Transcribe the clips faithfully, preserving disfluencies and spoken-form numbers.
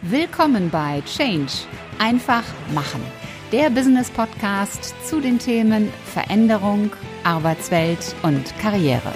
Willkommen bei Change. Einfach machen. Der Business-Podcast zu den Themen Veränderung, Arbeitswelt und Karriere.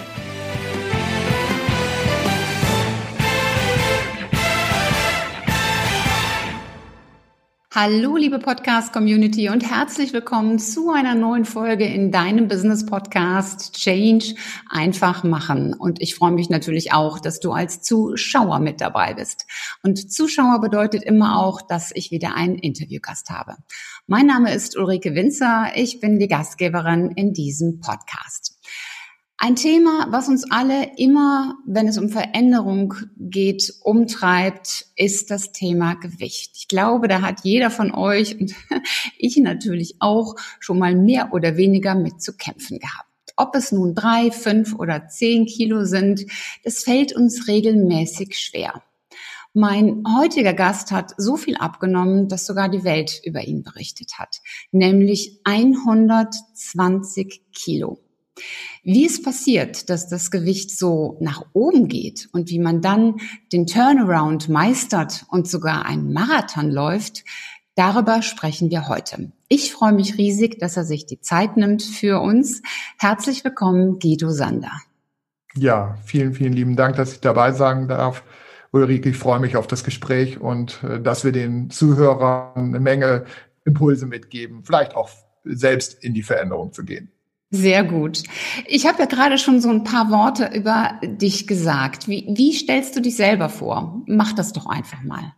Hallo liebe Podcast-Community und herzlich willkommen zu einer neuen Folge in deinem Business-Podcast Change einfach machen. Und ich freue mich natürlich auch, dass du als Zuschauer mit dabei bist. Und Zuschauer bedeutet immer auch, dass ich wieder einen Interviewgast habe. Mein Name ist Ulrike Winzer, ich bin die Gastgeberin in diesem Podcast. Ein Thema, was uns alle immer, wenn es um Veränderung geht, umtreibt, ist das Thema Gewicht. Ich glaube, da hat jeder von euch und ich natürlich auch schon mal mehr oder weniger mit zu kämpfen gehabt. Ob es nun drei, fünf oder zehn Kilo sind, das fällt uns regelmäßig schwer. Mein heutiger Gast hat so viel abgenommen, dass sogar die Welt über ihn berichtet hat, nämlich hundertzwanzig Kilo. Wie es passiert, dass das Gewicht so nach oben geht und wie man dann den Turnaround meistert und sogar einen Marathon läuft, darüber sprechen wir heute. Ich freue mich riesig, dass er sich die Zeit nimmt für uns. Herzlich willkommen, Guido Sander. Ja, vielen, vielen lieben Dank, dass ich dabei sein darf. Ulrike, ich freue mich auf das Gespräch und äh, dass wir den Zuhörern eine Menge Impulse mitgeben, vielleicht auch selbst in die Veränderung zu gehen. Sehr gut. Ich habe ja gerade schon so ein paar Worte über dich gesagt. Wie, wie stellst du dich selber vor? Mach das doch einfach mal.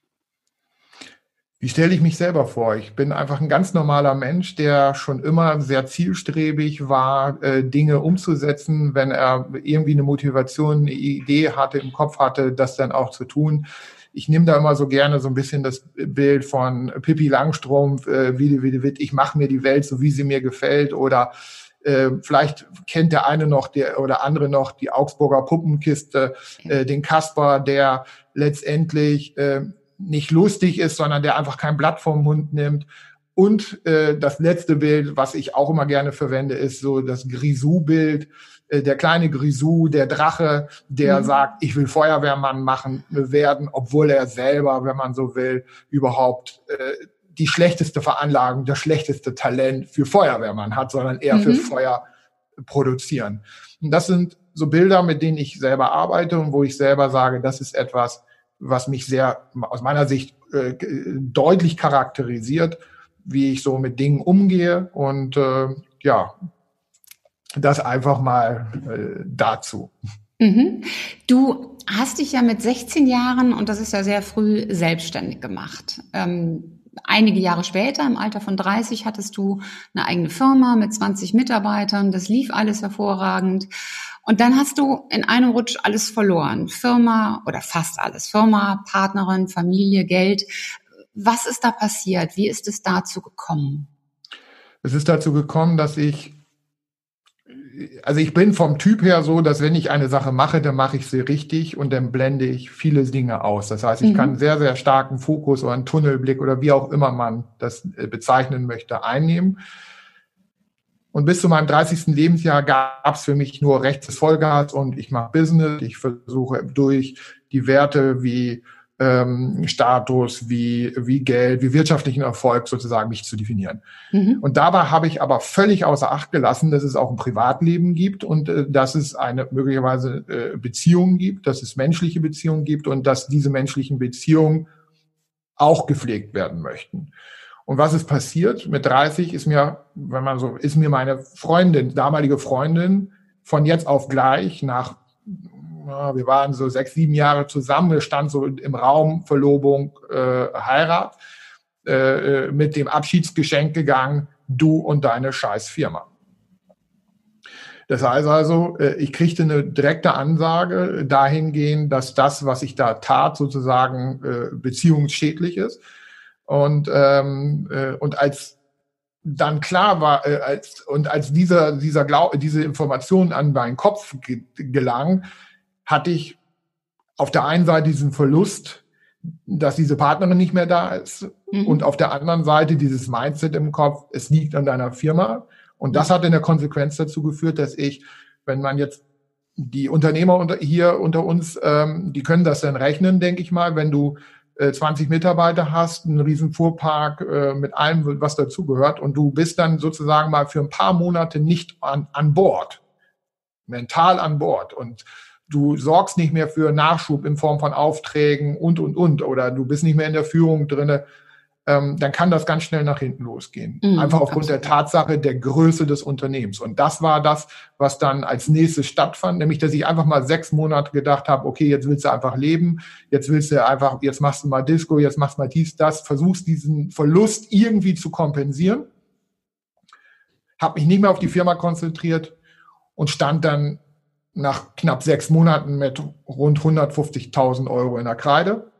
Wie stelle ich mich selber vor? Ich bin einfach ein ganz normaler Mensch, der schon immer sehr zielstrebig war, äh, Dinge umzusetzen, wenn er irgendwie eine Motivation, eine Idee hatte, im Kopf hatte, das dann auch zu tun. Ich nehme da immer so gerne so ein bisschen das Bild von Pippi Langstrumpf, äh, wie, wie, wie, ich mache mir die Welt so, wie sie mir gefällt, oder äh, vielleicht kennt der eine noch der oder andere noch die Augsburger Puppenkiste, äh, den Kasper, der letztendlich äh, nicht lustig ist, sondern der einfach kein Blatt vom Mund nimmt. Und äh, das letzte Bild, was ich auch immer gerne verwende, ist so das Grisou-Bild. Der kleine Grisou, der Drache, der mhm. sagt, ich will Feuerwehrmann machen werden, obwohl er selber, wenn man so will, überhaupt äh, die schlechteste Veranlagung, das schlechteste Talent für Feuerwehrmann hat, sondern eher mhm. für Feuer produzieren. Und das sind so Bilder, mit denen ich selber arbeite und wo ich selber sage, das ist etwas, was mich sehr, aus meiner Sicht, äh, deutlich charakterisiert, wie ich so mit Dingen umgehe und äh, ja, das einfach mal äh, dazu. Mhm. Du hast dich ja mit sechzehn Jahren, und das ist ja sehr früh, selbstständig gemacht. Ähm, einige Jahre später, im Alter von dreißig, hattest du eine eigene Firma mit zwanzig Mitarbeitern. Das lief alles hervorragend. Und dann hast du in einem Rutsch alles verloren. Firma oder fast alles. Firma, Partnerin, Familie, Geld. Was ist da passiert? Wie ist es dazu gekommen? Es ist dazu gekommen, dass ich Also ich bin vom Typ her so, dass wenn ich eine Sache mache, dann mache ich sie richtig und dann blende ich viele Dinge aus. Das heißt, ich mhm. kann einen sehr, sehr starken Fokus oder einen Tunnelblick oder wie auch immer man das bezeichnen möchte, einnehmen. Und bis zu meinem dreißigsten Lebensjahr gab es für mich nur rechtes Vollgas und ich mache Business. Ich versuche durch die Werte wie ähm, Status, wie, wie Geld, wie wirtschaftlichen Erfolg sozusagen mich zu definieren. Mhm. Und dabei habe ich aber völlig außer Acht gelassen, dass es auch ein Privatleben gibt und äh, dass es eine möglicherweise äh, Beziehungen gibt, dass es menschliche Beziehungen gibt und dass diese menschlichen Beziehungen auch gepflegt werden möchten. Und was ist passiert? Mit dreißig ist mir, wenn man so, ist mir meine Freundin, damalige Freundin, von jetzt auf gleich nach, ja, wir waren so sechs, sieben Jahre zusammen, es stand so im Raum Verlobung, äh, Heirat, äh, mit dem Abschiedsgeschenk gegangen, du und deine scheiß Firma. Das heißt also, ich kriegte eine direkte Ansage dahingehend, dass das, was ich da tat, sozusagen äh, beziehungsschädlich ist. Und, ähm, äh, und als dann klar war, äh, als, und als dieser, dieser Glau- diese Information an meinen Kopf ge- gelang, hatte ich auf der einen Seite diesen Verlust, dass diese Partnerin nicht mehr da ist, mhm. und auf der anderen Seite dieses Mindset im Kopf, es liegt an deiner Firma. Und das hat in der Konsequenz dazu geführt, dass ich, wenn man jetzt die Unternehmer unter, hier unter uns, ähm, die können das dann rechnen, denke ich mal, wenn du äh, zwanzig Mitarbeiter hast, einen riesen Fuhrpark äh, mit allem, was dazugehört, und du bist dann sozusagen mal für ein paar Monate nicht an, an Bord, mental an Bord, und du sorgst nicht mehr für Nachschub in Form von Aufträgen und, und, und, oder du bist nicht mehr in der Führung drinne, ähm, dann kann das ganz schnell nach hinten losgehen. Mhm, Einfach aufgrund absolut. der Tatsache der Größe des Unternehmens. Und das war das, was dann als nächstes stattfand, nämlich, dass ich einfach mal sechs Monate gedacht habe, okay, jetzt willst du einfach leben, jetzt willst du einfach, jetzt machst du mal Disco, jetzt machst du mal dies, das, versuchst diesen Verlust irgendwie zu kompensieren, habe mich nicht mehr auf die Firma konzentriert und stand dann nach knapp sechs Monaten mit rund hundertfünfzigtausend Euro in der Kreide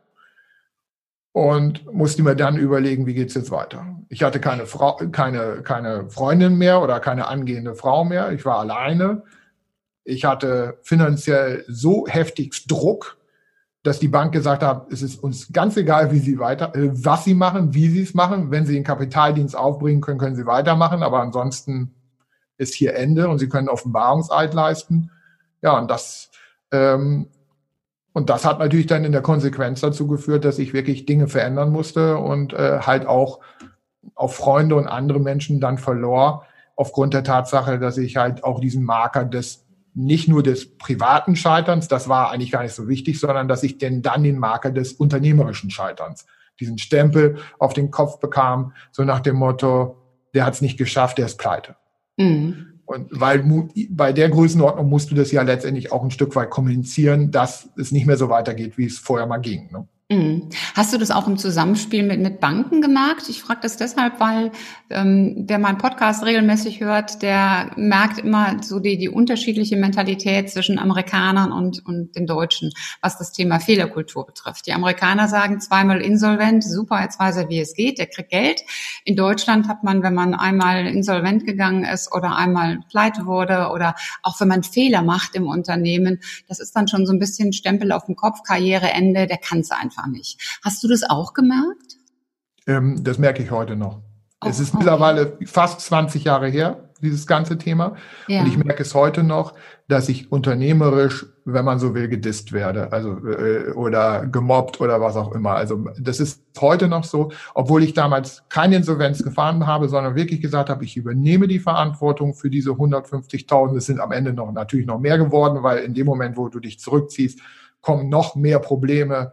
und musste mir dann überlegen, wie geht's jetzt weiter. Ich hatte keine Frau, keine, keine Freundin mehr oder keine angehende Frau mehr. Ich war alleine. Ich hatte finanziell so heftig Druck, dass die Bank gesagt hat, es ist uns ganz egal, wie sie weiter, was sie machen, wie sie es machen. Wenn sie den Kapitaldienst aufbringen können, können sie weitermachen. Aber ansonsten ist hier Ende und sie können Offenbarungseid leisten. Ja, und das, ähm, und das hat natürlich dann in der Konsequenz dazu geführt, dass ich wirklich Dinge verändern musste und äh, halt auch auf Freunde und andere Menschen dann verlor, aufgrund der Tatsache, dass ich halt auch diesen Marker des, nicht nur des privaten Scheiterns, das war eigentlich gar nicht so wichtig, sondern dass ich denn dann den Marker des unternehmerischen Scheiterns, diesen Stempel auf den Kopf bekam, so nach dem Motto, der hat es nicht geschafft, der ist pleite. Mhm. Und weil bei der Größenordnung musst du das ja letztendlich auch ein Stück weit kommunizieren, dass es nicht mehr so weitergeht, wie es vorher mal ging. Ne? Mhm. Hast du das auch im Zusammenspiel mit, mit Banken gemerkt? Ich frage das deshalb, weil ähm, wer meinen Podcast regelmäßig hört, der merkt immer so die, die unterschiedliche Mentalität zwischen Amerikanern und, und den Deutschen, was das Thema Fehlerkultur betrifft. Die Amerikaner sagen zweimal insolvent, super, jetzt weiß er, wie es geht, der kriegt Geld. In Deutschland hat man, wenn man einmal insolvent gegangen ist oder einmal pleite wurde oder auch wenn man Fehler macht im Unternehmen, das ist dann schon so ein bisschen Stempel auf dem Kopf, Karriereende, der kann es einfach nicht. Hast du das auch gemerkt? Ähm, das merke ich heute noch. Oh, es ist okay. mittlerweile fast zwanzig Jahre her, dieses ganze Thema. Ja. Und ich merke es heute noch, dass ich unternehmerisch, wenn man so will, gedisst werde, also äh, oder gemobbt oder was auch immer. Also das ist heute noch so, obwohl ich damals keine Insolvenz gefahren habe, sondern wirklich gesagt habe, ich übernehme die Verantwortung für diese hundertfünfzigtausend. Es sind am Ende noch natürlich noch mehr geworden, weil in dem Moment, wo du dich zurückziehst, kommen noch mehr Probleme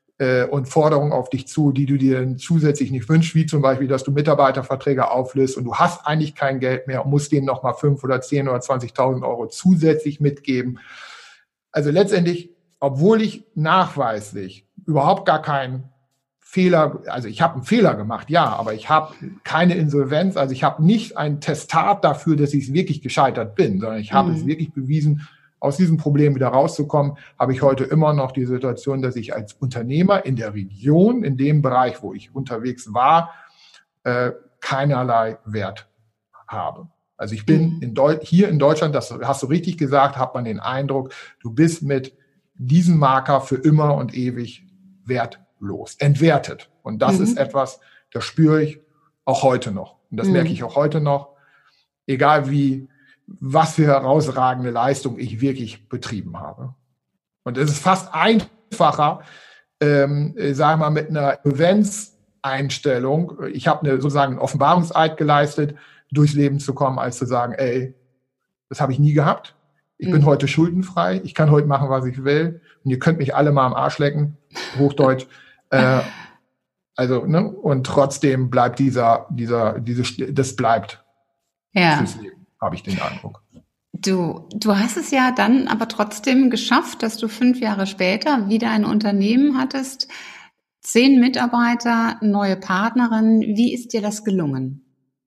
und Forderungen auf dich zu, die du dir zusätzlich nicht wünschst, wie zum Beispiel, dass du Mitarbeiterverträge auflöst und du hast eigentlich kein Geld mehr und musst denen nochmal fünf oder zehn oder zwanzigtausend Euro zusätzlich mitgeben. Also letztendlich, obwohl ich nachweislich überhaupt gar keinen Fehler, also ich habe einen Fehler gemacht, ja, aber ich habe keine Insolvenz, also ich habe nicht ein Testat dafür, dass ich wirklich gescheitert bin, sondern ich habe mhm. es wirklich bewiesen, aus diesem Problem wieder rauszukommen, habe ich heute immer noch die Situation, dass ich als Unternehmer in der Region, in dem Bereich, wo ich unterwegs war, äh, keinerlei Wert habe. Also ich bin in Deu- hier in Deutschland, das hast du richtig gesagt, hat man den Eindruck, du bist mit diesem Marker für immer und ewig wertlos, entwertet. Und das mhm. ist etwas, das spüre ich auch heute noch. Und das mhm. merke ich auch heute noch, egal wie was für herausragende Leistung ich wirklich betrieben habe. Und es ist fast einfacher, ähm, sagen wir mal, mit einer Insolvenzeinstellung, ich habe eine, sozusagen einen Offenbarungseid geleistet, durchs Leben zu kommen, als zu sagen, ey, das habe ich nie gehabt. Ich mhm. bin heute schuldenfrei, ich kann heute machen, was ich will und ihr könnt mich alle mal am Arsch lecken, Hochdeutsch. äh, also, ne? Und trotzdem bleibt dieser, dieser, diese, das bleibt ja. fürs Leben. Habe ich den Eindruck. Du, du hast es ja dann aber trotzdem geschafft, dass du fünf Jahre später wieder ein Unternehmen hattest, zehn Mitarbeiter, neue Partnerin. Wie ist dir das gelungen?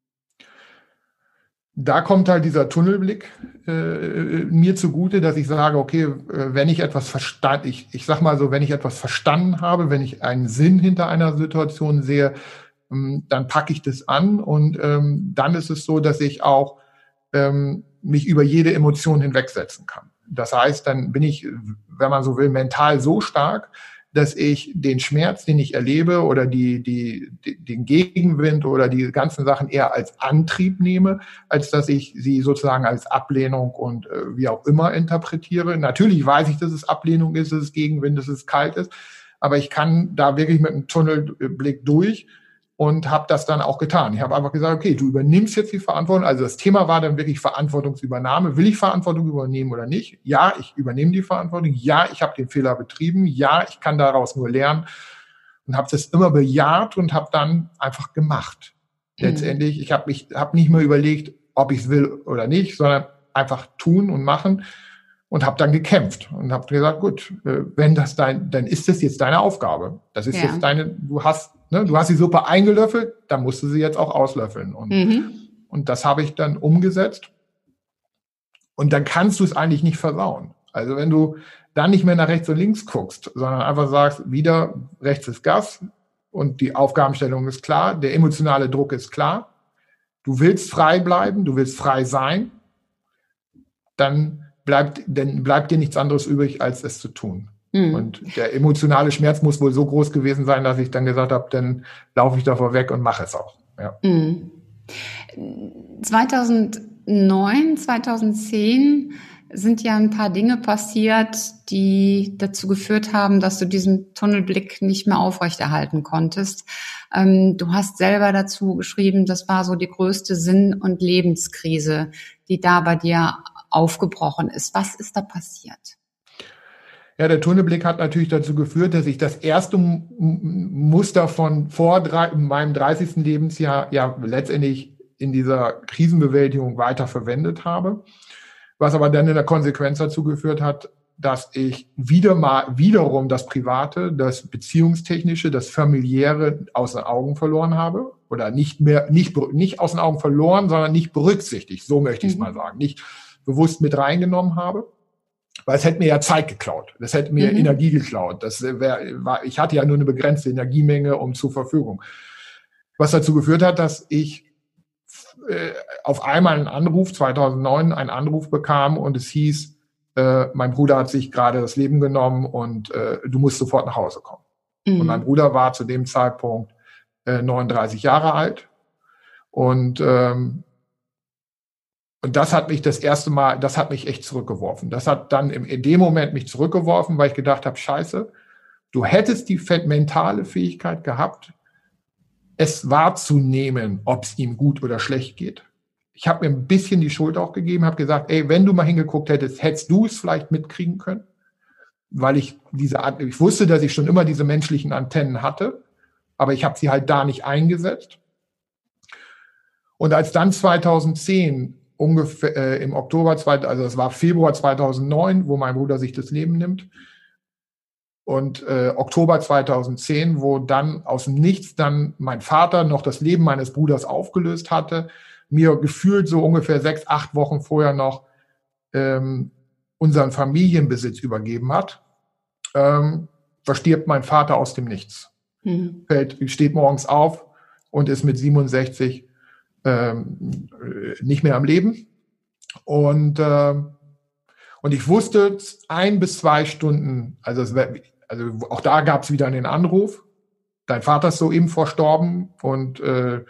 Da kommt halt dieser Tunnelblick äh, mir zugute, dass ich sage, okay, wenn ich etwas verstanden, ich, ich sag mal so, wenn ich etwas verstanden habe, wenn ich einen Sinn hinter einer Situation sehe, ähm, dann packe ich das an und ähm, dann ist es so, dass ich auch ähm, mich über jede Emotion hinwegsetzen kann. Das heißt, dann bin ich, wenn man so will, mental so stark, dass ich den Schmerz, den ich erlebe oder die, die, die, den Gegenwind oder die ganzen Sachen eher als Antrieb nehme, als dass ich sie sozusagen als Ablehnung und äh, wie auch immer interpretiere. Natürlich weiß ich, dass es Ablehnung ist, dass es Gegenwind ist, dass es kalt ist, aber ich kann da wirklich mit einem Tunnelblick durch und habe das dann auch getan. Ich habe einfach gesagt, okay, du übernimmst jetzt die Verantwortung. Also das Thema war dann wirklich Verantwortungsübernahme. Will ich Verantwortung übernehmen oder nicht? Ja, ich übernehme die Verantwortung. Ja, ich habe den Fehler betrieben. Ja, ich kann daraus nur lernen. Und habe das immer bejaht und habe dann einfach gemacht. Mhm. Letztendlich, ich habe mich habe nicht mehr überlegt, ob ich es will oder nicht, sondern einfach tun und machen und habe dann gekämpft und habe gesagt, gut, wenn das dein, dann ist das jetzt deine Aufgabe. Das ist ja. jetzt deine, du hast, ne, du hast die Suppe eingelöffelt, dann musst du sie jetzt auch auslöffeln. Und, mhm. und das habe ich dann umgesetzt. Und dann kannst du es eigentlich nicht versauen. Also wenn du dann nicht mehr nach rechts und links guckst, sondern einfach sagst, wieder rechts ist Gas und die Aufgabenstellung ist klar, der emotionale Druck ist klar, du willst frei bleiben, du willst frei sein, dann bleibt, dann bleibt dir nichts anderes übrig, als es zu tun. Mhm. Und der emotionale Schmerz muss wohl so groß gewesen sein, dass ich dann gesagt habe, dann laufe ich davor weg und mache es auch. Ja. Mhm. zweitausendneun, zweitausendzehn sind ja ein paar Dinge passiert, die dazu geführt haben, dass du diesen Tunnelblick nicht mehr aufrechterhalten konntest. Ähm, du hast selber dazu geschrieben, das war so die größte Sinn- und Lebenskrise, die da bei dir aufgebrochen ist. Was ist da passiert? Ja, der Tunnelblick hat natürlich dazu geführt, dass ich das erste Muster von vor drei, meinem dreißigsten Lebensjahr ja letztendlich in dieser Krisenbewältigung weiter verwendet habe. Was aber dann in der Konsequenz dazu geführt hat, dass ich wieder mal, wiederum das Private, das Beziehungstechnische, das Familiäre aus den Augen verloren habe. Oder nicht mehr, nicht, nicht aus den Augen verloren, sondern nicht berücksichtigt. So möchte ich es mhm. mal sagen. Nicht bewusst mit reingenommen habe. Weil es hätte mir ja Zeit geklaut. Das hätte mir mhm. Energie geklaut. Das wär, war, ich hatte ja nur eine begrenzte Energiemenge um zur Verfügung. Was dazu geführt hat, dass ich äh, auf einmal einen Anruf, zweitausendneun einen Anruf bekam und es hieß, äh, mein Bruder hat sich gerade das Leben genommen und äh, du musst sofort nach Hause kommen. Mhm. Und mein Bruder war zu dem Zeitpunkt äh, neununddreißig Jahre alt und ähm, Und das hat mich das erste Mal, das hat mich echt zurückgeworfen. Das hat dann im, in dem Moment mich zurückgeworfen, weil ich gedacht habe, scheiße, du hättest die mentale Fähigkeit gehabt, es wahrzunehmen, ob es ihm gut oder schlecht geht. Ich habe mir ein bisschen die Schuld auch gegeben, habe gesagt, ey, wenn du mal hingeguckt hättest, hättest du es vielleicht mitkriegen können, weil ich diese, ich wusste, dass ich schon immer diese menschlichen Antennen hatte, aber ich habe sie halt da nicht eingesetzt. Und als dann zweitausendzehn ungefähr äh, im Oktober, also es war Februar zweitausendneun, wo mein Bruder sich das Leben nimmt. Und äh, Oktober zweitausendzehn, wo dann aus dem Nichts dann mein Vater noch das Leben meines Bruders aufgelöst hatte, mir gefühlt so ungefähr sechs, acht Wochen vorher noch ähm, unseren Familienbesitz übergeben hat, ähm, verstirbt mein Vater aus dem Nichts. Mhm. Fällt, steht morgens auf und ist mit siebenundsechzig Ähm, nicht mehr am Leben. Und, äh, und ich wusste ein bis zwei Stunden, also, es wär, also auch da gab es wieder einen Anruf, dein Vater ist soeben verstorben und äh,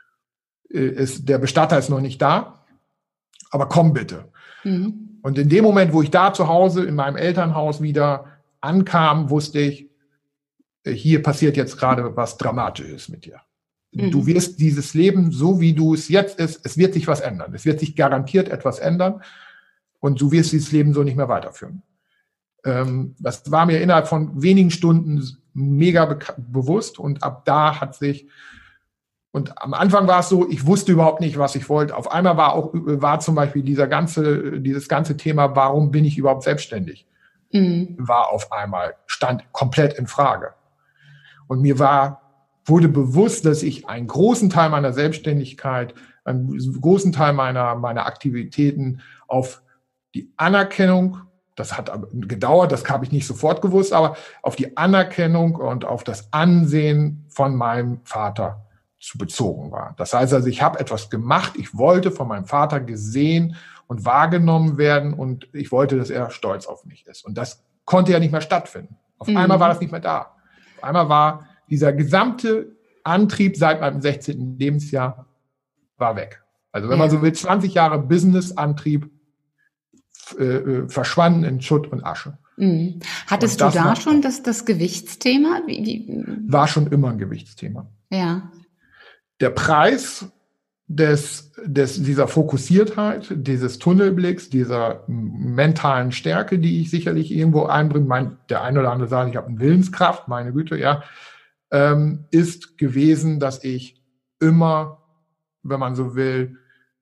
ist, der Bestatter ist noch nicht da, aber komm bitte. Mhm. Und in dem Moment, wo ich da zu Hause in meinem Elternhaus wieder ankam, wusste ich, hier passiert jetzt gerade was Dramatisches mit dir. Du wirst dieses Leben, so wie du es jetzt ist, es wird sich was ändern. Es wird sich garantiert etwas ändern und du wirst dieses Leben so nicht mehr weiterführen. Ähm, das war mir innerhalb von wenigen Stunden mega be- bewusst und ab da hat sich, und am Anfang war es so, ich wusste überhaupt nicht, was ich wollte. Auf einmal war auch, war zum Beispiel dieser ganze, dieses ganze Thema, warum bin ich überhaupt selbstständig? Mhm. War auf einmal, stand komplett in Frage. Und mir war, wurde bewusst, dass ich einen großen Teil meiner Selbstständigkeit, einen großen Teil meiner, meiner Aktivitäten auf die Anerkennung, das hat aber gedauert, das habe ich nicht sofort gewusst, aber auf die Anerkennung und auf das Ansehen von meinem Vater zu bezogen war. Das heißt also, ich habe etwas gemacht, ich wollte von meinem Vater gesehen und wahrgenommen werden und ich wollte, dass er stolz auf mich ist. Und das konnte ja nicht mehr stattfinden. Auf mhm. einmal war das nicht mehr da. Auf einmal war dieser gesamte Antrieb seit meinem sechzehnten Lebensjahr war weg. Also wenn ja. man so will, zwanzig Jahre Business-Antrieb äh, verschwanden in Schutt und Asche. Mhm. Hattest du da war, schon das, das Gewichtsthema? Wie, wie? War schon immer ein Gewichtsthema. Ja. Der Preis des, des, dieser Fokussiertheit, dieses Tunnelblicks, dieser mentalen Stärke, die ich sicherlich irgendwo einbringe, mein, der eine oder andere sagt, ich habe eine Willenskraft, meine Güte, ja, ähm, ist gewesen, dass ich immer, wenn man so will,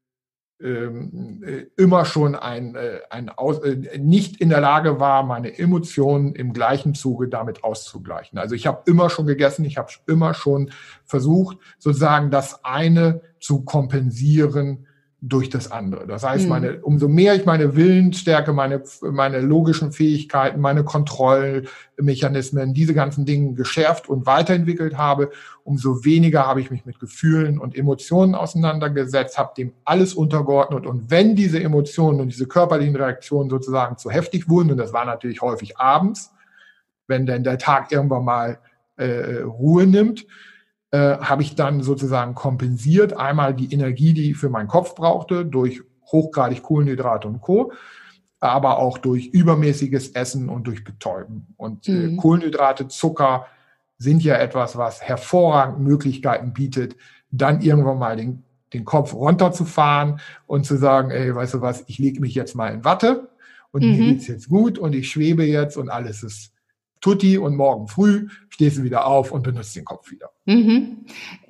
ähm, äh, immer schon ein, äh, ein Aus, äh, nicht in der Lage war, meine Emotionen im gleichen Zuge damit auszugleichen. Also ich habe immer schon gegessen, ich habe immer schon versucht, sozusagen das eine zu kompensieren durch das andere. Das heißt, meine, umso mehr ich meine Willensstärke, meine, meine logischen Fähigkeiten, meine Kontrollmechanismen, diese ganzen Dinge geschärft und weiterentwickelt habe, umso weniger habe ich mich mit Gefühlen und Emotionen auseinandergesetzt, habe dem alles untergeordnet. Und wenn diese Emotionen und diese körperlichen Reaktionen sozusagen zu heftig wurden, und das war natürlich häufig abends, wenn dann der Tag irgendwann mal äh, Ruhe nimmt, Äh, habe ich dann sozusagen kompensiert. Einmal die Energie, die ich für meinen Kopf brauchte, durch hochgradig Kohlenhydrate und Co., aber auch durch übermäßiges Essen und durch Betäuben. Und mhm. äh, Kohlenhydrate, Zucker sind ja etwas, was hervorragend Möglichkeiten bietet, dann irgendwann mal den, den Kopf runterzufahren und zu sagen, ey, weißt du was, ich lege mich jetzt mal in Watte und mhm. mir geht's jetzt gut und ich schwebe jetzt und alles ist tutti und morgen früh stehst du wieder auf und benutzt den Kopf wieder. Mhm.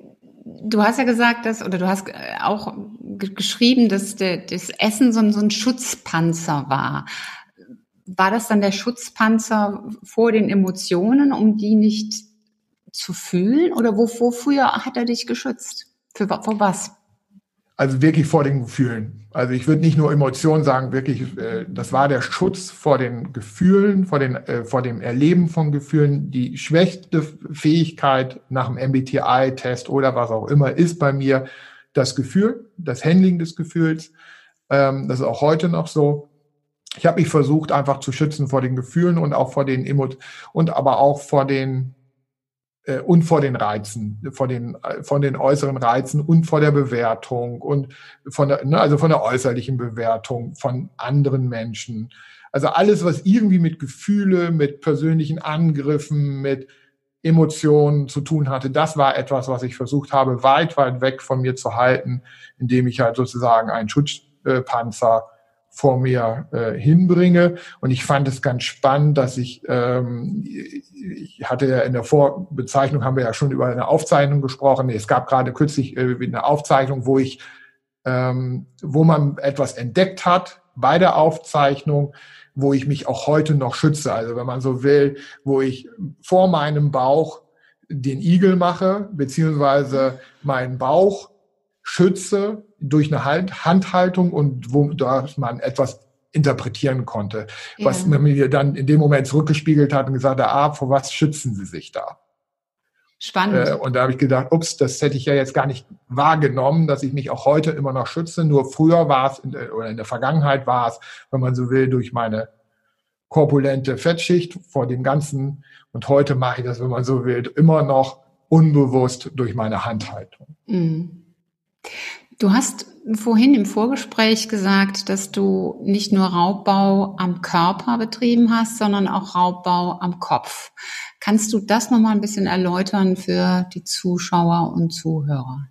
Du hast ja gesagt, dass, oder du hast auch g- geschrieben, dass de, das Essen so ein, so ein Schutzpanzer war. War das dann der Schutzpanzer vor den Emotionen, um die nicht zu fühlen? Oder wo, wofür hat er dich geschützt? Für, vor was? Also wirklich vor den Gefühlen. Also ich würde nicht nur Emotionen sagen, wirklich, äh, das war der Schutz vor den Gefühlen, vor, den, äh, vor dem Erleben von Gefühlen. Die schwächste Fähigkeit nach dem M B T I-Test oder was auch immer ist bei mir das Gefühl, das Handling des Gefühls. Ähm, das ist auch heute noch so. Ich habe mich versucht, einfach zu schützen vor den Gefühlen und auch vor den Emotionen und aber auch vor den und vor den Reizen, vor den, von den äußeren Reizen und vor der Bewertung und von der, ne, also von der äußerlichen Bewertung von anderen Menschen. Also alles, was irgendwie mit Gefühle, mit persönlichen Angriffen, mit Emotionen zu tun hatte, das war etwas, was ich versucht habe, weit, weit weg von mir zu halten, indem ich halt sozusagen einen Schutzpanzer vor mir äh, hinbringe. Und ich fand es ganz spannend, dass ich, ähm, ich hatte ja in der Vorbezeichnung, haben wir ja schon über eine Aufzeichnung gesprochen. Es gab gerade kürzlich äh, eine Aufzeichnung, wo ich, ähm, wo man etwas entdeckt hat bei der Aufzeichnung, wo ich mich auch heute noch schütze. Also wenn man so will, wo ich vor meinem Bauch den Igel mache, beziehungsweise meinen Bauch schütze durch eine Handhaltung und wo dass man etwas interpretieren konnte, ja. Was man mir dann in dem Moment zurückgespiegelt hat und gesagt hat, ah, vor was schützen Sie sich da? Spannend. Äh, und da habe ich gedacht, ups, das hätte ich ja jetzt gar nicht wahrgenommen, dass ich mich auch heute immer noch schütze. Nur früher war es, in der, oder in der Vergangenheit war es, wenn man so will, durch meine korpulente Fettschicht vor dem Ganzen. Und heute mache ich das, wenn man so will, immer noch unbewusst durch meine Handhaltung. Mhm. Du hast vorhin im Vorgespräch gesagt, dass du nicht nur Raubbau am Körper betrieben hast, sondern auch Raubbau am Kopf. Kannst du das nochmal ein bisschen erläutern für die Zuschauer und Zuhörer?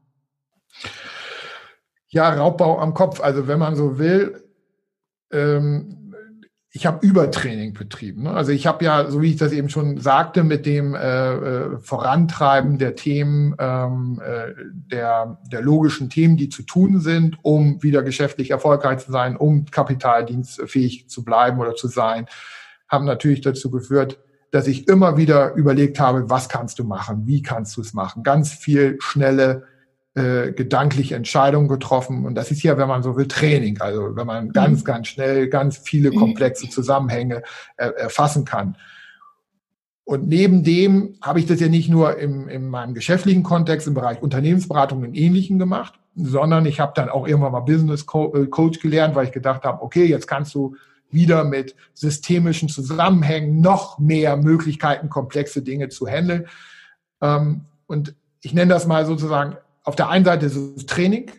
Ja, Raubbau am Kopf. Also wenn man so will, ähm, ich habe Übertraining betrieben. Ne? Also ich habe ja, so wie ich das eben schon sagte, mit dem äh, Vorantreiben der Themen, ähm, äh, der, der logischen Themen, die zu tun sind, um wieder geschäftlich erfolgreich zu sein, um kapitaldienstfähig zu bleiben oder zu sein, haben natürlich dazu geführt, dass ich immer wieder überlegt habe, was kannst du machen, wie kannst du es machen. Ganz viel schnelle Äh, gedankliche Entscheidungen getroffen. Und das ist ja, wenn man so will, Training. Also wenn man ganz, mhm. ganz schnell ganz viele komplexe Zusammenhänge äh, erfassen kann. Und neben dem habe ich das ja nicht nur im, in meinem geschäftlichen Kontext im Bereich Unternehmensberatung und Ähnlichem gemacht, sondern ich habe dann auch irgendwann mal Business Coach gelernt, weil ich gedacht habe, okay, jetzt kannst du wieder mit systemischen Zusammenhängen noch mehr Möglichkeiten, komplexe Dinge zu handeln. Ähm, und ich nenne das mal sozusagen auf der einen Seite ist es Training,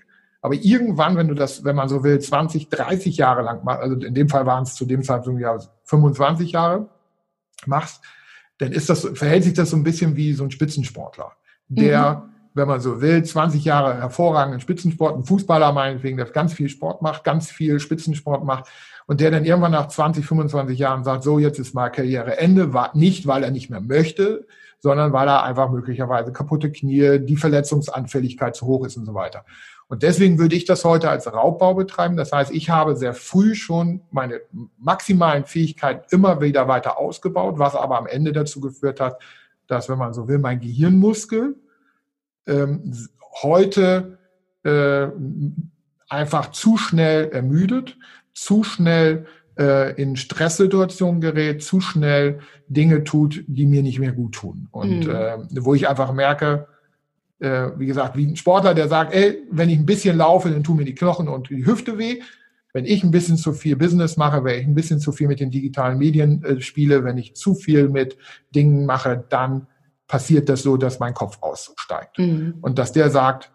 Aber irgendwann, wenn du das, wenn man so will, zwanzig, dreißig Jahre lang machst, also in dem Fall waren es zu dem Zeitpunkt ja fünfundzwanzig Jahre machst, dann ist das, verhält sich das so ein bisschen wie so ein Spitzensportler, der, mhm. wenn man so will, zwanzig Jahre hervorragenden Spitzensport, ein Fußballer meinetwegen, der ganz viel Sport macht, ganz viel Spitzensport macht und der dann irgendwann nach zwanzig, fünfundzwanzig Jahren sagt, so, jetzt ist mal Karriereende, war nicht, weil er nicht mehr möchte, sondern weil er einfach möglicherweise kaputte Knie, die Verletzungsanfälligkeit zu hoch ist und so weiter. Und deswegen würde ich das heute als Raubbau betreiben. Das heißt, ich habe sehr früh schon meine maximalen Fähigkeiten immer wieder weiter ausgebaut, was aber am Ende dazu geführt hat, dass, wenn man so will, mein Gehirnmuskel ähm, heute äh, einfach zu schnell ermüdet, zu schnell äh, in Stresssituationen gerät, zu schnell Dinge tut, die mir nicht mehr gut tun. Und mhm. äh, wo ich einfach merke, äh, wie gesagt, wie ein Sportler, der sagt, ey, wenn ich ein bisschen laufe, dann tun mir die Knochen und die Hüfte weh. Wenn ich ein bisschen zu viel Business mache, wenn ich ein bisschen zu viel mit den digitalen Medien äh, spiele, wenn ich zu viel mit Dingen mache, dann passiert das so, dass mein Kopf aussteigt. Mhm. Und dass der sagt,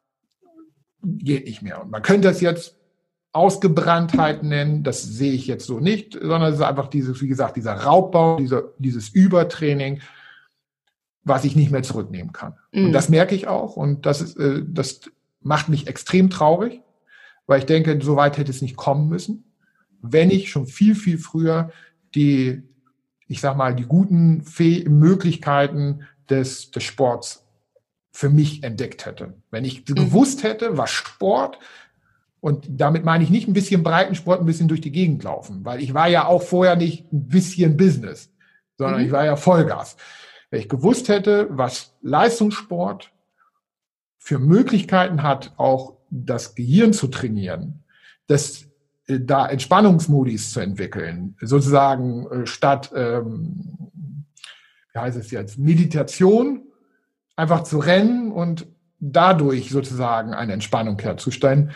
geht nicht mehr. Und man könnte das jetzt Ausgebranntheit nennen, das sehe ich jetzt so nicht, sondern es ist einfach dieses, wie gesagt, dieser Raubbau, dieser, dieses Übertraining, was ich nicht mehr zurücknehmen kann. Mhm. Und das merke ich auch und das ist, äh, das macht mich extrem traurig, weil ich denke, so weit hätte es nicht kommen müssen, wenn ich schon viel, viel früher die, ich sag mal, die guten Fäh- Möglichkeiten des, des Sports für mich entdeckt hätte. Wenn ich mhm. gewusst hätte, was Sport, und damit meine ich nicht ein bisschen Breitensport, ein bisschen durch die Gegend laufen, weil ich war ja auch vorher nicht ein bisschen Business, sondern mhm. ich war ja Vollgas. Wenn ich gewusst hätte, was Leistungssport für Möglichkeiten hat, auch das Gehirn zu trainieren, das äh, da Entspannungsmodis zu entwickeln, sozusagen äh, statt, ähm, wie heißt es jetzt, Meditation, einfach zu rennen und dadurch sozusagen eine Entspannung herzustellen,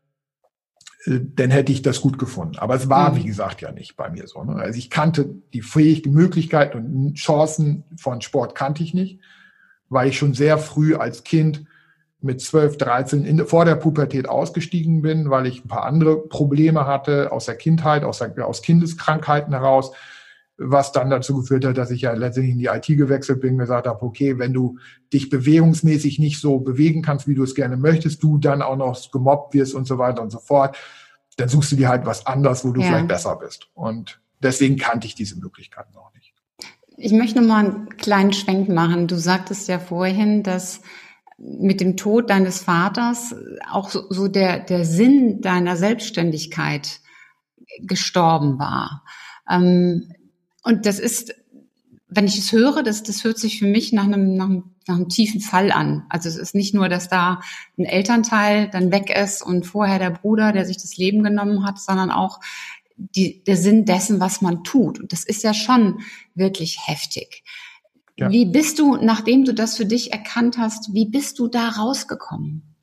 dann hätte ich das gut gefunden. Aber es war, wie gesagt, ja nicht bei mir so. Ne? Also ich kannte die Fähigkeiten, Möglichkeiten und Chancen von Sport kannte ich nicht, weil ich schon sehr früh als Kind mit zwölf, dreizehn in, vor der Pubertät ausgestiegen bin, weil ich ein paar andere Probleme hatte aus der Kindheit, aus, der, aus Kindeskrankheiten heraus, was dann dazu geführt hat, dass ich ja letztendlich in die I T gewechselt bin und gesagt habe, okay, wenn du dich bewegungsmäßig nicht so bewegen kannst, wie du es gerne möchtest, du dann auch noch gemobbt wirst und so weiter und so fort, dann suchst du dir halt was anderes, wo du ja. vielleicht besser bist. Und deswegen kannte ich diese Möglichkeiten auch nicht. Ich möchte noch mal einen kleinen Schwenk machen. Du sagtest ja vorhin, dass mit dem Tod deines Vaters auch so, so der, der Sinn deiner Selbstständigkeit gestorben war. Ähm, Und das ist, wenn ich es höre, das, das hört sich für mich nach einem, nach einem, nach einem tiefen Fall an. Also es ist nicht nur, dass da ein Elternteil dann weg ist und vorher der Bruder, der sich das Leben genommen hat, sondern auch die, der Sinn dessen, was man tut. Und das ist ja schon wirklich heftig. Ja. Wie bist du, nachdem du das für dich erkannt hast, wie bist du da rausgekommen?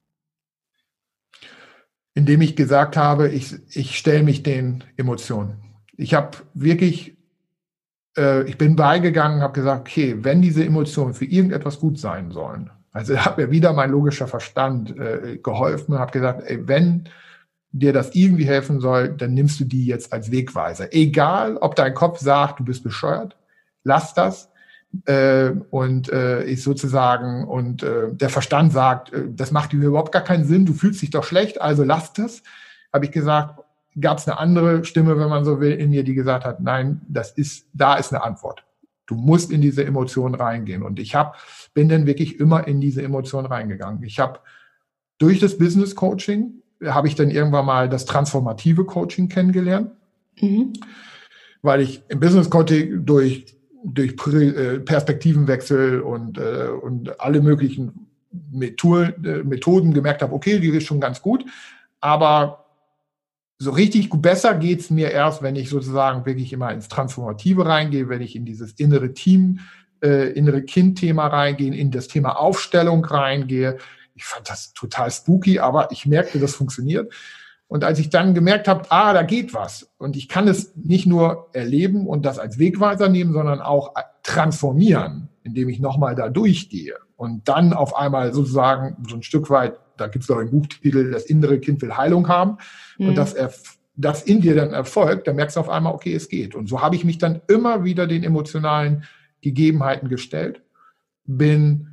Indem ich gesagt habe, ich, ich stelle mich den Emotionen. Ich habe wirklich Ich bin beigegangen, habe gesagt, okay, wenn diese Emotionen für irgendetwas gut sein sollen, also hat mir wieder mein logischer Verstand äh, geholfen und habe gesagt, ey, wenn dir das irgendwie helfen soll, dann nimmst du die jetzt als Wegweiser. Egal, ob dein Kopf sagt, du bist bescheuert, lass das. Äh, und äh, ich sozusagen, und äh, der Verstand sagt, äh, das macht dir überhaupt gar keinen Sinn, du fühlst dich doch schlecht, also lass das. Habe ich gesagt, gab es eine andere Stimme, wenn man so will, in mir, die gesagt hat, nein, das ist, da ist eine Antwort. Du musst in diese Emotionen reingehen. Und ich hab, bin dann wirklich immer in diese Emotionen reingegangen. Ich habe durch das Business Coaching, habe ich dann irgendwann mal das transformative Coaching kennengelernt, mhm. weil ich im Business Coaching durch, durch Perspektivenwechsel und, und alle möglichen Methoden gemerkt habe, okay, die ist schon ganz gut, aber so richtig besser geht's mir erst, wenn ich sozusagen wirklich immer ins Transformative reingehe, wenn ich in dieses innere Team, äh, innere Kind-Thema reingehe, in das Thema Aufstellung reingehe. Ich fand das total spooky, aber ich merkte, das funktioniert. Und als ich dann gemerkt habe, ah, da geht was und ich kann es nicht nur erleben und das als Wegweiser nehmen, sondern auch transformieren, indem ich nochmal da durchgehe und dann auf einmal sozusagen so ein Stück weit da gibt es doch einen Buchtitel, das innere Kind will Heilung haben. Mhm. Und das, das in dir dann erfolgt, dann merkst du auf einmal, okay, es geht. Und so habe ich mich dann immer wieder den emotionalen Gegebenheiten gestellt. Bin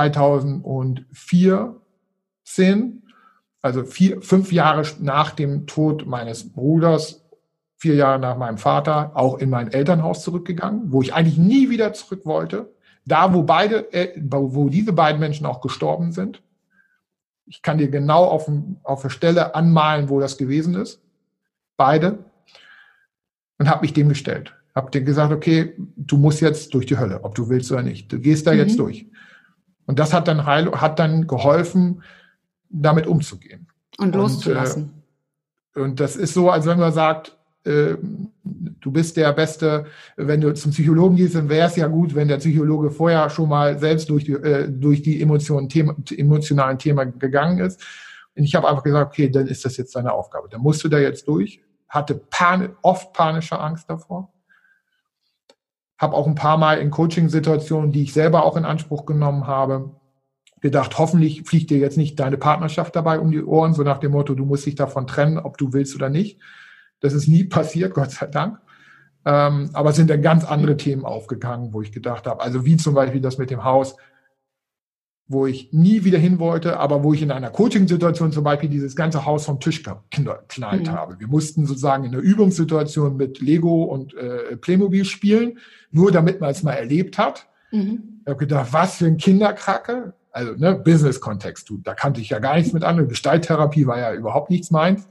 zweitausendvierzehn, also vier, fünf Jahre nach dem Tod meines Bruders, vier Jahre nach meinem Vater, auch in mein Elternhaus zurückgegangen, wo ich eigentlich nie wieder zurück wollte. Da, wo beide, wo diese beiden Menschen auch gestorben sind. Ich kann dir genau auf, auf der Stelle anmalen, wo das gewesen ist. Beide. Und habe mich dem gestellt. Habe dir gesagt, okay, du musst jetzt durch die Hölle, ob du willst oder nicht. Du gehst da mhm. jetzt durch. Und das hat dann, Heil, hat dann geholfen, damit umzugehen. Und loszulassen. Und, äh, und das ist so, als wenn man sagt, äh, du bist der Beste, wenn du zum Psychologen gehst, dann wäre es ja gut, wenn der Psychologe vorher schon mal selbst durch die, äh, durch die Emotionen, Thema, emotionalen Themen gegangen ist. Und ich habe einfach gesagt, okay, dann ist das jetzt deine Aufgabe. Dann musst du da jetzt durch. Hatte pan- oft panische Angst davor. Habe auch ein paar Mal in Coaching-Situationen, die ich selber auch in Anspruch genommen habe, gedacht, hoffentlich fliegt dir jetzt nicht deine Partnerschaft dabei um die Ohren, so nach dem Motto, du musst dich davon trennen, ob du willst oder nicht. Das ist nie passiert, Gott sei Dank. Ähm, aber es sind dann ganz andere Themen aufgegangen, wo ich gedacht habe, also wie zum Beispiel das mit dem Haus, wo ich nie wieder hin wollte, aber wo ich in einer Coaching-Situation zum Beispiel dieses ganze Haus vom Tisch geknallt mhm. habe. Wir mussten sozusagen in einer Übungssituation mit Lego und äh, Playmobil spielen, nur damit man es mal erlebt hat. Mhm. Ich habe gedacht, was für ein Kinderkracke. Also ne, Business-Kontext, du, da kannte ich ja gar nichts mit an. Gestalttherapie war ja überhaupt nichts meins.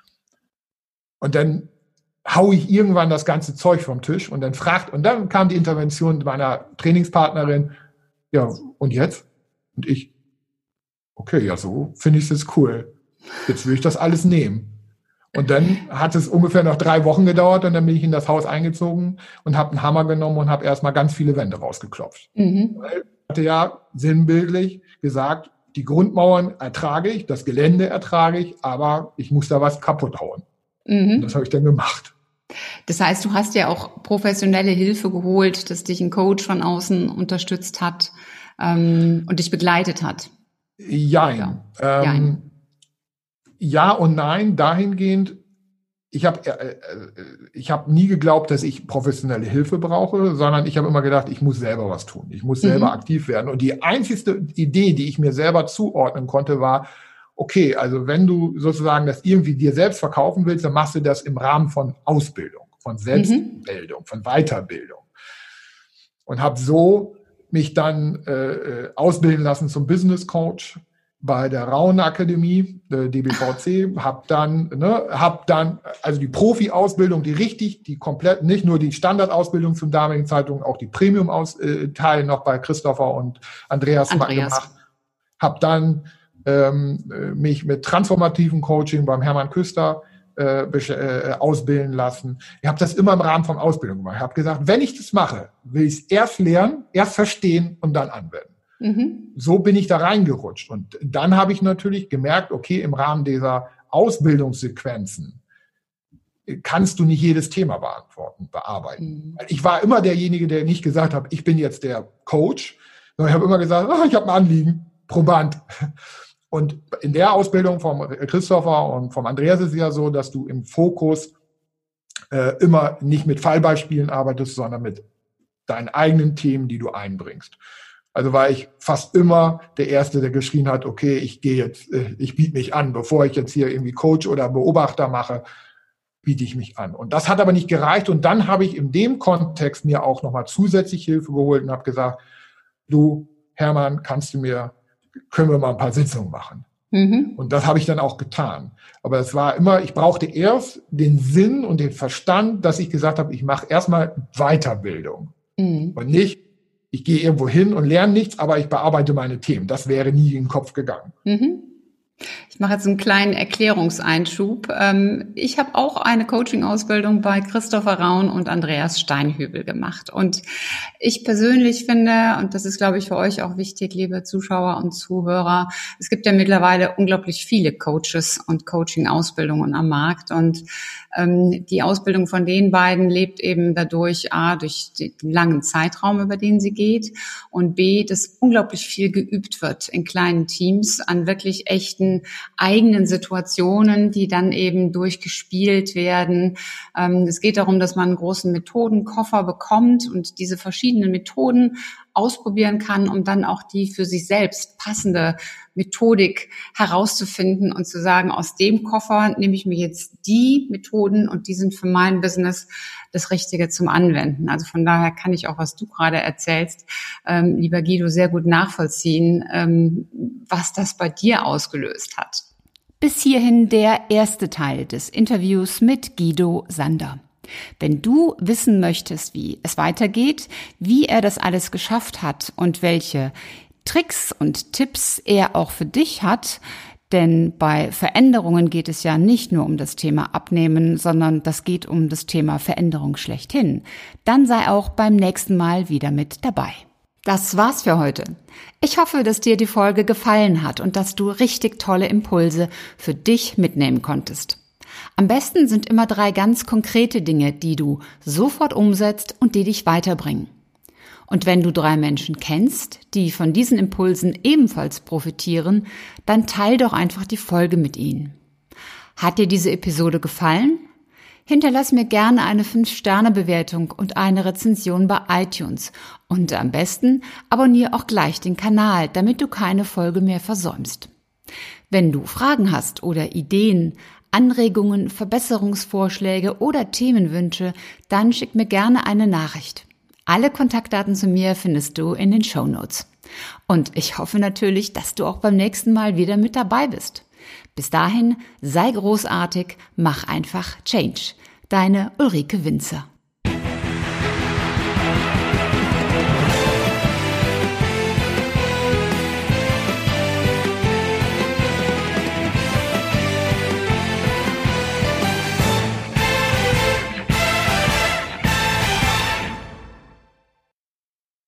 Und dann hau ich irgendwann das ganze Zeug vom Tisch und dann fragt, und dann kam die Intervention meiner Trainingspartnerin, ja, und jetzt? Und ich, okay, ja, so finde ich es jetzt cool. Jetzt will ich das alles nehmen. Und dann hat es ungefähr noch drei Wochen gedauert und dann bin ich in das Haus eingezogen und habe einen Hammer genommen und habe erstmal ganz viele Wände rausgeklopft. Mhm. Weil ich hatte ja sinnbildlich gesagt, die Grundmauern ertrage ich, das Gelände ertrage ich, aber ich muss da was kaputt hauen. Mhm. Und das habe ich dann gemacht. Das heißt, du hast ja auch professionelle Hilfe geholt, dass dich ein Coach von außen unterstützt hat ähm, und dich begleitet hat. Jein. Ja, ähm, Jein. Ja und nein, dahingehend, ich habe äh, ich hab nie geglaubt, dass ich professionelle Hilfe brauche, sondern ich habe immer gedacht, ich muss selber was tun. Ich muss selber mhm. aktiv werden. Und die einzigste Idee, die ich mir selber zuordnen konnte, war, okay, also wenn du sozusagen das irgendwie dir selbst verkaufen willst, dann machst du das im Rahmen von Ausbildung, von Selbstbildung, mhm. von Weiterbildung. Und habe so mich dann äh, ausbilden lassen zum Business Coach bei der Rauen Akademie, äh, D B V C, habe dann, ne, hab dann also die Profi-Ausbildung, die richtig, die komplett, nicht nur die Standardausbildung zum damaligen Zeitpunkt, auch die Premium-Teil noch bei Christopher und Andreas, Andreas. gemacht. Habe dann ähm, mich mit transformativen Coaching beim Hermann Küster äh, äh, ausbilden lassen. Ich habe das immer im Rahmen von Ausbildung gemacht. Ich habe gesagt, wenn ich das mache, will ich es erst lernen, erst verstehen und dann anwenden. Mhm. So bin ich da reingerutscht. Und dann habe ich natürlich gemerkt, okay, im Rahmen dieser Ausbildungssequenzen kannst du nicht jedes Thema beantworten, bearbeiten. Mhm. Ich war immer derjenige, der nicht gesagt hat, ich bin jetzt der Coach, sondern ich habe immer gesagt, oh, ich habe ein Anliegen, Proband. Und in der Ausbildung vom Christopher und vom Andreas ist es ja so, dass du im Fokus äh, immer nicht mit Fallbeispielen arbeitest, sondern mit deinen eigenen Themen, die du einbringst. Also war ich fast immer der Erste, der geschrien hat, okay, ich gehe jetzt, ich biete mich an, bevor ich jetzt hier irgendwie Coach oder Beobachter mache, biete ich mich an. Und das hat aber nicht gereicht. Und dann habe ich in dem Kontext mir auch nochmal zusätzlich Hilfe geholt und habe gesagt, du, Hermann, kannst du mir, können wir mal ein paar Sitzungen machen? Mhm. Und das habe ich dann auch getan. Aber es war immer, ich brauchte erst den Sinn und den Verstand, dass ich gesagt habe, ich mache erstmal Weiterbildung. Mhm. Und nicht, ich gehe irgendwo hin und lerne nichts, aber ich bearbeite meine Themen. Das wäre nie in den Kopf gegangen. Mhm. Ich mache jetzt einen kleinen Erklärungseinschub. Ich habe auch eine Coaching-Ausbildung bei Christopher Raun und Andreas Steinhübel gemacht. Und ich persönlich finde, und das ist, glaube ich, für euch auch wichtig, liebe Zuschauer und Zuhörer, es gibt ja mittlerweile unglaublich viele Coaches und Coaching-Ausbildungen am Markt. Und ähm, die Ausbildung von den beiden lebt eben dadurch, A, durch den langen Zeitraum, über den sie geht, und B, dass unglaublich viel geübt wird in kleinen Teams an wirklich echten eigenen Situationen, die dann eben durchgespielt werden. Es geht darum, dass man einen großen Methodenkoffer bekommt und diese verschiedenen Methoden ausprobieren kann, um dann auch die für sich selbst passende Methodik herauszufinden und zu sagen, aus dem Koffer nehme ich mir jetzt die Methoden und die sind für mein Business das Richtige zum Anwenden. Also von daher kann ich auch, was du gerade erzählst, ähm, lieber Guido, sehr gut nachvollziehen, ähm, was das bei dir ausgelöst hat. Bis hierhin der erste Teil des Interviews mit Guido Sander. Wenn du wissen möchtest, wie es weitergeht, wie er das alles geschafft hat und welche Tricks und Tipps er auch für dich hat, denn bei Veränderungen geht es ja nicht nur um das Thema Abnehmen, sondern das geht um das Thema Veränderung schlechthin, dann sei auch beim nächsten Mal wieder mit dabei. Das war's für heute. Ich hoffe, dass dir die Folge gefallen hat und dass du richtig tolle Impulse für dich mitnehmen konntest. Am besten sind immer drei ganz konkrete Dinge, die du sofort umsetzt und die dich weiterbringen. Und wenn du drei Menschen kennst, die von diesen Impulsen ebenfalls profitieren, dann teil doch einfach die Folge mit ihnen. Hat dir diese Episode gefallen? Hinterlass mir gerne eine fünf Sterne Bewertung und eine Rezension bei iTunes. Und am besten abonniere auch gleich den Kanal, damit du keine Folge mehr versäumst. Wenn du Fragen hast oder Ideen, Anregungen, Verbesserungsvorschläge oder Themenwünsche, dann schick mir gerne eine Nachricht. Alle Kontaktdaten zu mir findest du in den Shownotes. Und ich hoffe natürlich, dass du auch beim nächsten Mal wieder mit dabei bist. Bis dahin, sei großartig, mach einfach Change. Deine Ulrike Winzer.